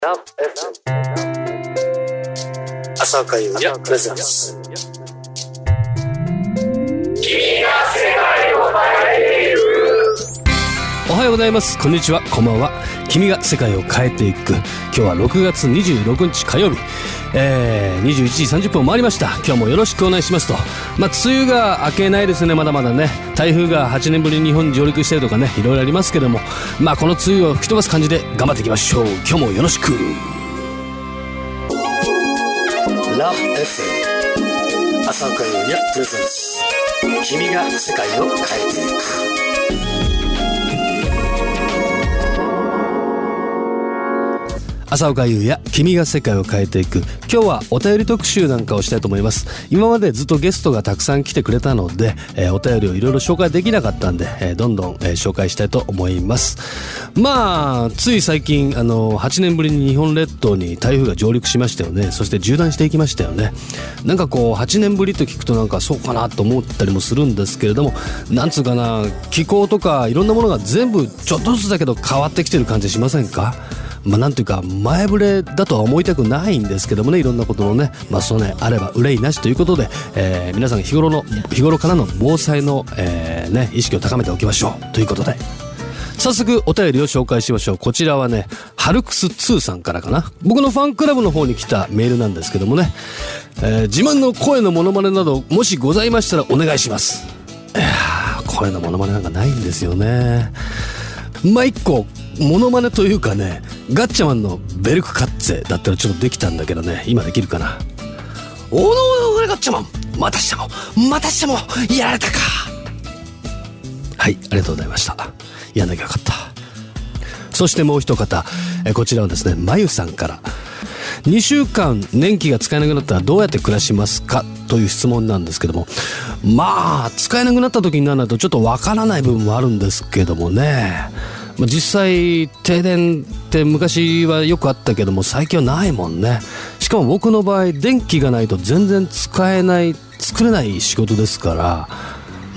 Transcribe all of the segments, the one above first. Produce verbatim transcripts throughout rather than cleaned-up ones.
朝岡優也プレゼンツ。君が世界を変えていく。おはようございます。こんにちは。こんばんは。君が世界を変えていく。今日はろくがつにじゅうろくにち火曜日、えー、にじゅういちじさんじゅっぷんを回りました。今日もよろしくお願いしますと。まあ梅雨が明けないですね。まだまだね。台風がはちねんぶりに日本に上陸したりとかね、いろいろありますけども、まあこの梅雨を吹き飛ばす感じで頑張っていきましょう。今日もよろしく。ラブ エフエム 朝岡優也プレゼンツ。君が世界を変えていく。朝岡優也、君が世界を変えていく。今日はお便り特集なんかをしたいと思います。今までずっとゲストがたくさん来てくれたので、えー、お便りをいろいろ紹介できなかったんで、えー、どんどん、えー、紹介したいと思います。まあつい最近あのはちねんぶりに日本列島に台風が上陸しましたよね。そして縦断していきましたよね。なんかこうはちねんぶりと聞くとなんかそうかなと思ったりもするんですけれども、なんつうかな、気候とかいろんなものが全部ちょっとずつだけど変わってきてる感じしませんか？まあなんていうか前触れだとは思いたくないんですけどもね、いろんなことのね、まあそうね、あれば憂いなしということで、えー、皆さん日頃の日頃からの防災の、えー、ね意識を高めておきましょうということで、早速お便りを紹介しましょう。こちらはね、ハルクスツーさんからかな。僕のファンクラブの方に来たメールなんですけどもね、えー、自慢の声のモノマネなどもしございましたらお願いします。いやー、声のモノマネなんかないんですよね。まあ一個モノマネというかね、ガッチャマンのベルクカッツェだったらちょっとできたんだけどね、今できるかな。おのおのガッチャマン、またしてもまたしてもやられたか。はい、ありがとうございました。やんなきゃよかった。そしてもう一方、えこちらはですね、まゆさんから、にしゅうかん電気が使えなくなったらどうやって暮らしますかという質問なんですけども、まあ使えなくなった時にならないとちょっとわからない部分もあるんですけどもね。実際停電って昔はよくあったけども最近はないもんね。しかも僕の場合電気がないと全然使えない、作れない仕事ですから、うん、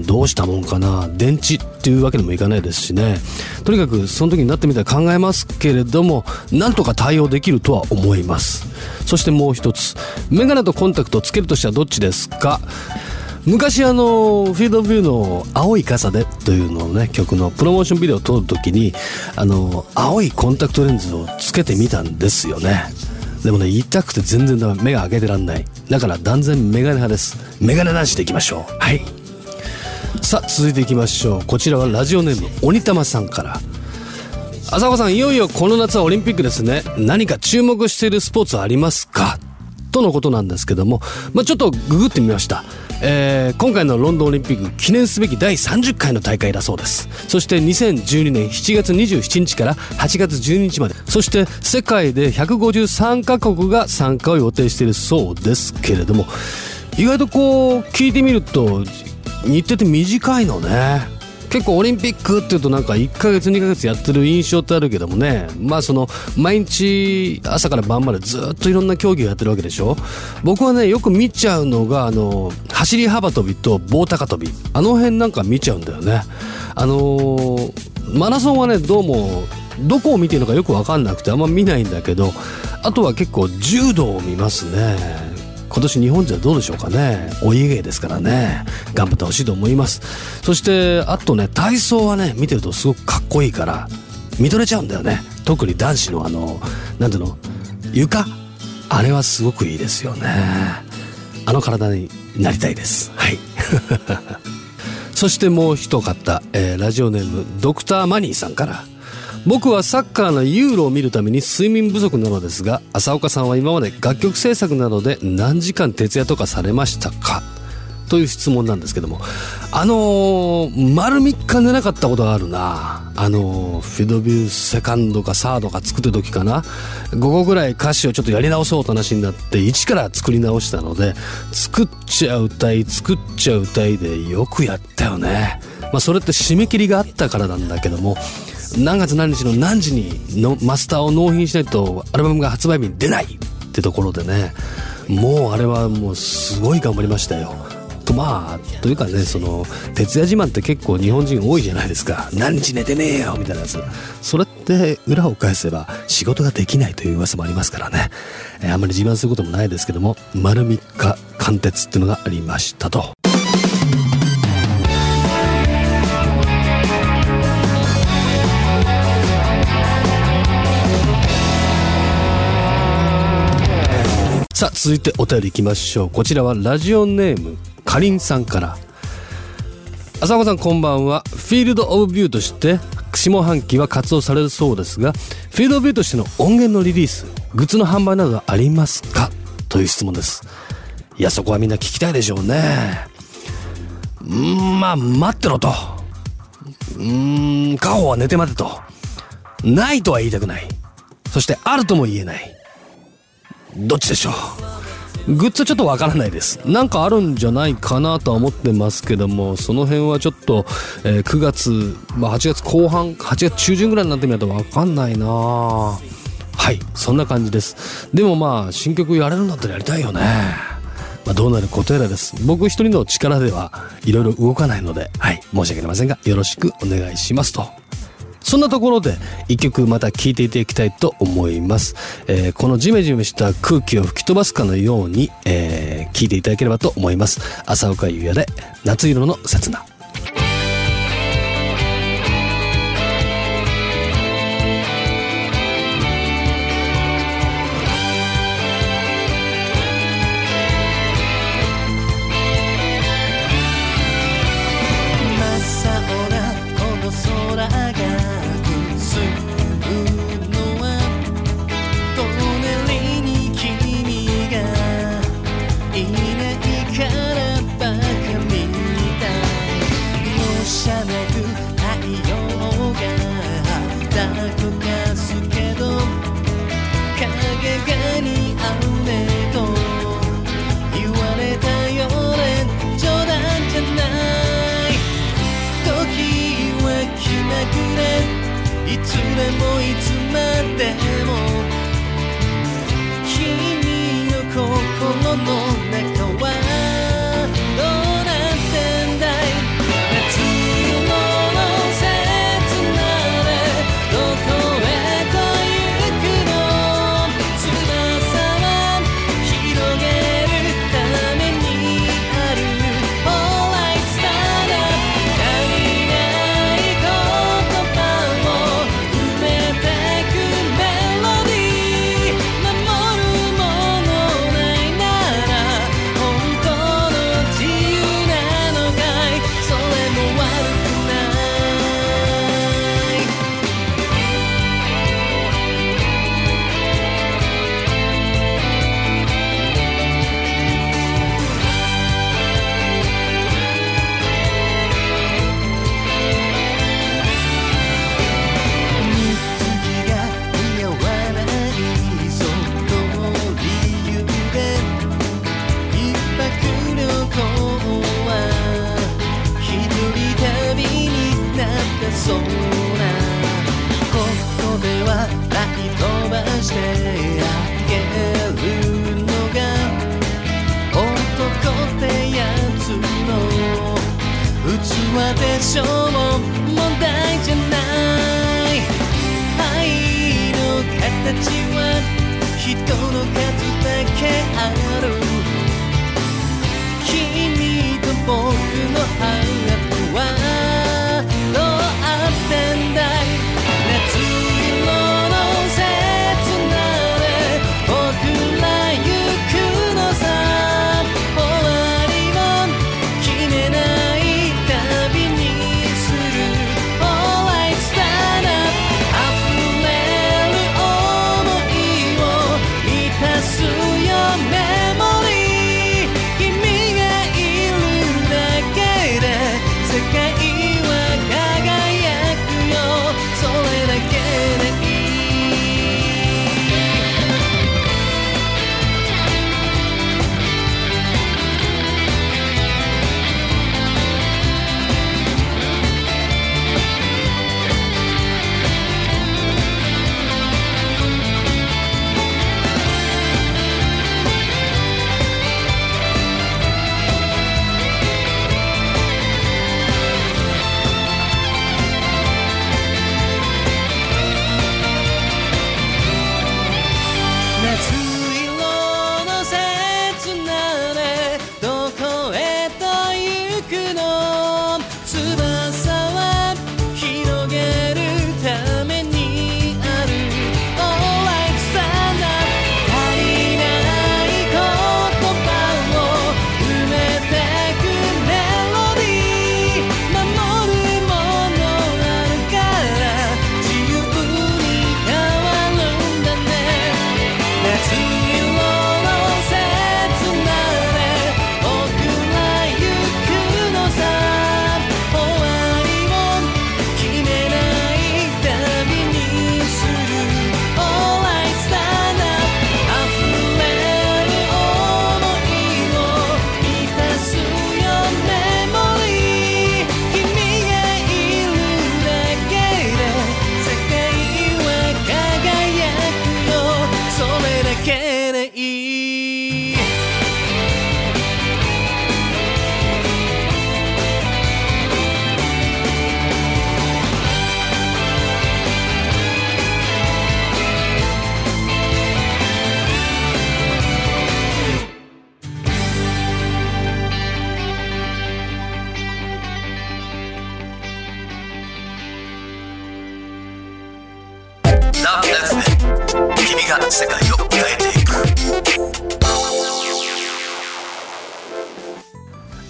どうしたもんかな。電池っていうわけにもいかないですしね。とにかくその時になってみたら考えますけれども、なんとか対応できるとは思います。そしてもう一つ、メガネとコンタクトをつけるとしたらどっちですか？昔あのフィードビューの青い傘でというのをね、曲のプロモーションビデオを撮るときにあの青いコンタクトレンズをつけてみたんですよね。でもね、痛くて全然ダメ、目が開けてらんない。だから断然メガネ派です。メガネ男子でいきましょう。はい、さあ続いていきましょう。こちらはラジオネーム鬼玉さんから。浅岡さん、いよいよこの夏はオリンピックですね。何か注目しているスポーツはありますかとのことなんですけども、まあ、ちょっとググってみました。えー、今回のロンドンオリンピック記念すべきだいさんじゅっかいの大会だそうです。そしてにせんじゅうにねんしちがつにじゅうしちにちからはちがつじゅうににちまで、そして世界でひゃくごじゅうさんかこくが参加を予定しているそうですけれども、意外とこう聞いてみると日程って短いのね。結構オリンピックっていうとなんかいっかげつにかげつやってる印象ってあるけどもね、まあその毎日朝から晩までずっといろんな競技をやってるわけでしょ。僕はねよく見ちゃうのがあの走り幅跳びと棒高跳び、あの辺なんか見ちゃうんだよね。あのー、マラソンはねどうもどこを見てるのかよく分かんなくてあんま見ないんだけど、あとは結構柔道を見ますね。今年日本じゃどうでしょうかね。お家芸ですからね、頑張ってほしいと思います。そしてあとね、体操はね見てるとすごくかっこいいから見とれちゃうんだよね。特に男子のあのなんていうの、床、あれはすごくいいですよね。あの体になりたいです。はいそしてもう一方、えー、ラジオネームドクターマニーさんから。僕はサッカーのユーロを見るために睡眠不足なのですが、浅岡さんは今まで楽曲制作などで何時間徹夜とかされましたかという質問なんですけども、あのー、丸みっか寝なかったことがあるな。あのー、フィドビューセカンドかサードか作ってる時かな、ごこぐらい歌詞をちょっとやり直そうと話になって一から作り直したので、作っちゃう歌い作っちゃう歌いでよくやったよね。まあそれって締め切りがあったからなんだけども、何月何日の何時にのマスターを納品しないとアルバムが発売日に出ないってところでね、もうあれはもうすごい頑張りましたよ。とまあというかね、その徹夜自慢って結構日本人多いじゃないですか。何日寝てねえよみたいなやつ。それってで裏を返せば仕事ができないという噂もありますからね、えー、あんまり自慢することもないですけども、丸みっか貫徹っていうのがありましたと。さあ続いてお便りいきましょう。こちらはラジオネームかりんさんから。浅岡さんこんばんは。フィールドオブビューとして下半期は活動されるそうですが、フィールドオブビューとしての音源のリリース、グッズの販売などはありますかという質問です。いやそこはみんな聞きたいでしょうね。んまあ待ってろと、うーん家宝は寝て待てと、ないとは言いたくない、そしてあるとも言えない、どっちでしょう。グッズはちょっとわからないです。なんかあるんじゃないかなとは思ってますけども、その辺はちょっと、えー、くがつ、まあ、はちがつこう半、はちがつ中旬ぐらいになってみないとわかんないな。はい、そんな感じです。でもまあ新曲やれるんだったらやりたいよね。まあ、どうなることやらです。僕一人の力ではいろいろ動かないので、はい、申し訳ありませんがよろしくお願いしますと。そんなところで一曲また聴いていただきたいと思います、えー、このジメジメした空気を吹き飛ばすかのように、えー、聴いていただければと思います。浅岡優也で夏色の刹那。 いつでもいつまでも君の心の中はどうなってんだい。夏色の刹那でどこへと行くの。翼は広げるためにある Alright Stand Up。 足りない言葉を埋めてくメロディー。守るものないなら本当の自由なのかい。それも悪くない。水が似合わないその理由で一泊旅行は一人旅になったそうな。ここでは笑い飛ばしてあげるのが男ってやつの器でしょう。問題じゃない。愛の形は人の数だけある。君と僕のハートはどうあってんだい。夏色の刹那で僕ら行くのさ。終わりを決めない旅にする Alright Stand Up。 溢れる想いを満たすよメモリ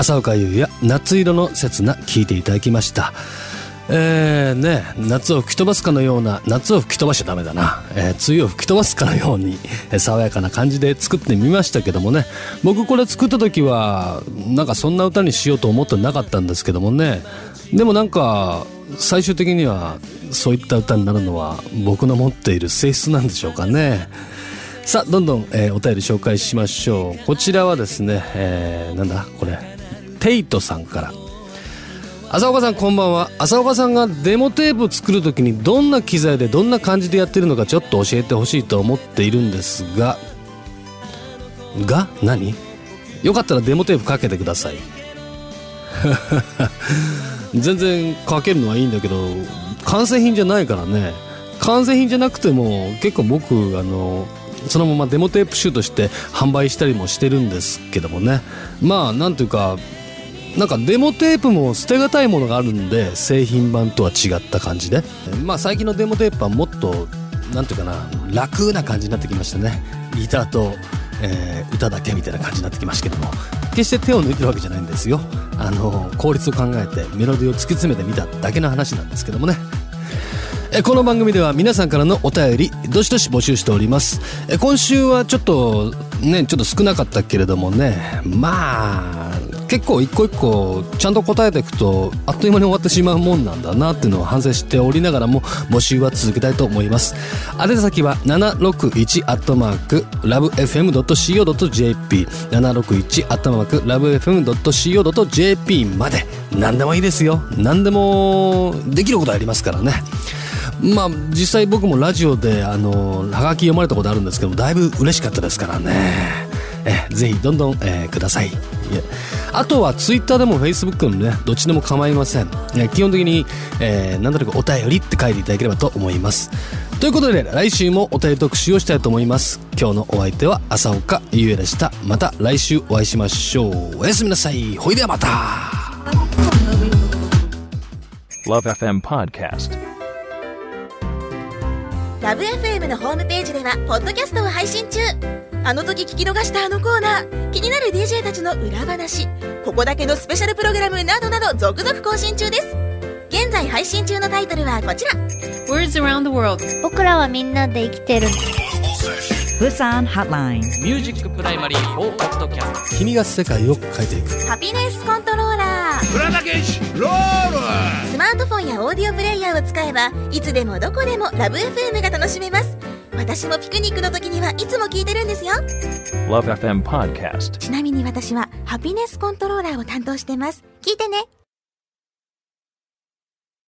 浅岡優也夏色の刹那聞いていただきました。えーね、夏を吹き飛ばすかのような、夏を吹き飛ばしちゃダメだな、えー、梅雨を吹き飛ばすかのように、えー、爽やかな感じで作ってみましたけどもね。僕これ作った時はなんかそんな歌にしようと思ってなかったんですけどもね。でもなんか最終的にはそういった歌になるのは僕の持っている性質なんでしょうかね。さあどんどん、えー、お便り紹介しましょう。こちらはですね、えー、なんだこれテイトさんから。浅岡さんこんばんは。浅岡さんがデモテープ作るときにどんな機材でどんな感じでやってるのかちょっと教えてほしいと思っているんですがが何よかったらデモテープかけてください全然かけるのはいいんだけど完成品じゃないからね。完成品じゃなくても結構僕あのそのままデモテープ集として販売したりもしてるんですけどもね。まあなんていうかなんかデモテープも捨てがたいものがあるんで製品版とは違った感じで、まあ最近のデモテープはもっとなんていうかな楽な感じになってきましたね。ギターと、えー、歌だけみたいな感じになってきましたけども、決して手を抜いてるわけじゃないんですよ。あの効率を考えてメロディーを突き詰めてみただけの話なんですけどもね。えこの番組では皆さんからのお便りどしどし募集しております。え今週はちょっとねちょっと少なかったけれどもね、まあ結構一個一個ちゃんと答えていくとあっという間に終わってしまうもんなんだなっていうのを反省しておりながらも募集は続けたいと思います。宛先はななろくいちアットマークラブエフエムドットシーオードットジェーピー ななろくいちアットマークラブエフエムドットシーオードットジェーピー まで何でもいいですよ。何でもできることありますからね。まあ実際僕もラジオであのハガキ読まれたことあるんですけどもだいぶ嬉しかったですからね。えぜひどんどん、えー、ください。いあとはツイッターでもフェイスブックでもねどっちでも構いません。え基本的に、えー、なんとなくお便りって書いていただければと思います。ということで来週もお便り特集をしたいと思います。今日のお相手は浅岡優也でした。また来週お会いしましょう。おやすみなさい。ほいではまた。 ラブエフエム Podcast。 ラブ エフエム のホームページではポッドキャストを配信中。あの時聞き逃したあのコーナー、気になる ディージェー たちの裏話、ここだけのスペシャルプログラムなどなど続々更新中です。現在配信中のタイトルはこちら。 Words Around the World。 僕らはみんなで生きてる。 ブサンハッライン。 ミュージックプライマリーフォーポッドキャスト。 君が世界を変えていくハピネスコントローラー。 プラダケシロール。 スマートフォンやオーディオプレイヤーを使えばいつでもどこでもラブ エフエム が楽しめます。私もピクニックの時にはいつも聞いてるんですよ。 ラブエフエム Podcast。 ちなみに私はハピネスコントローラーを担当してます。聞いてね。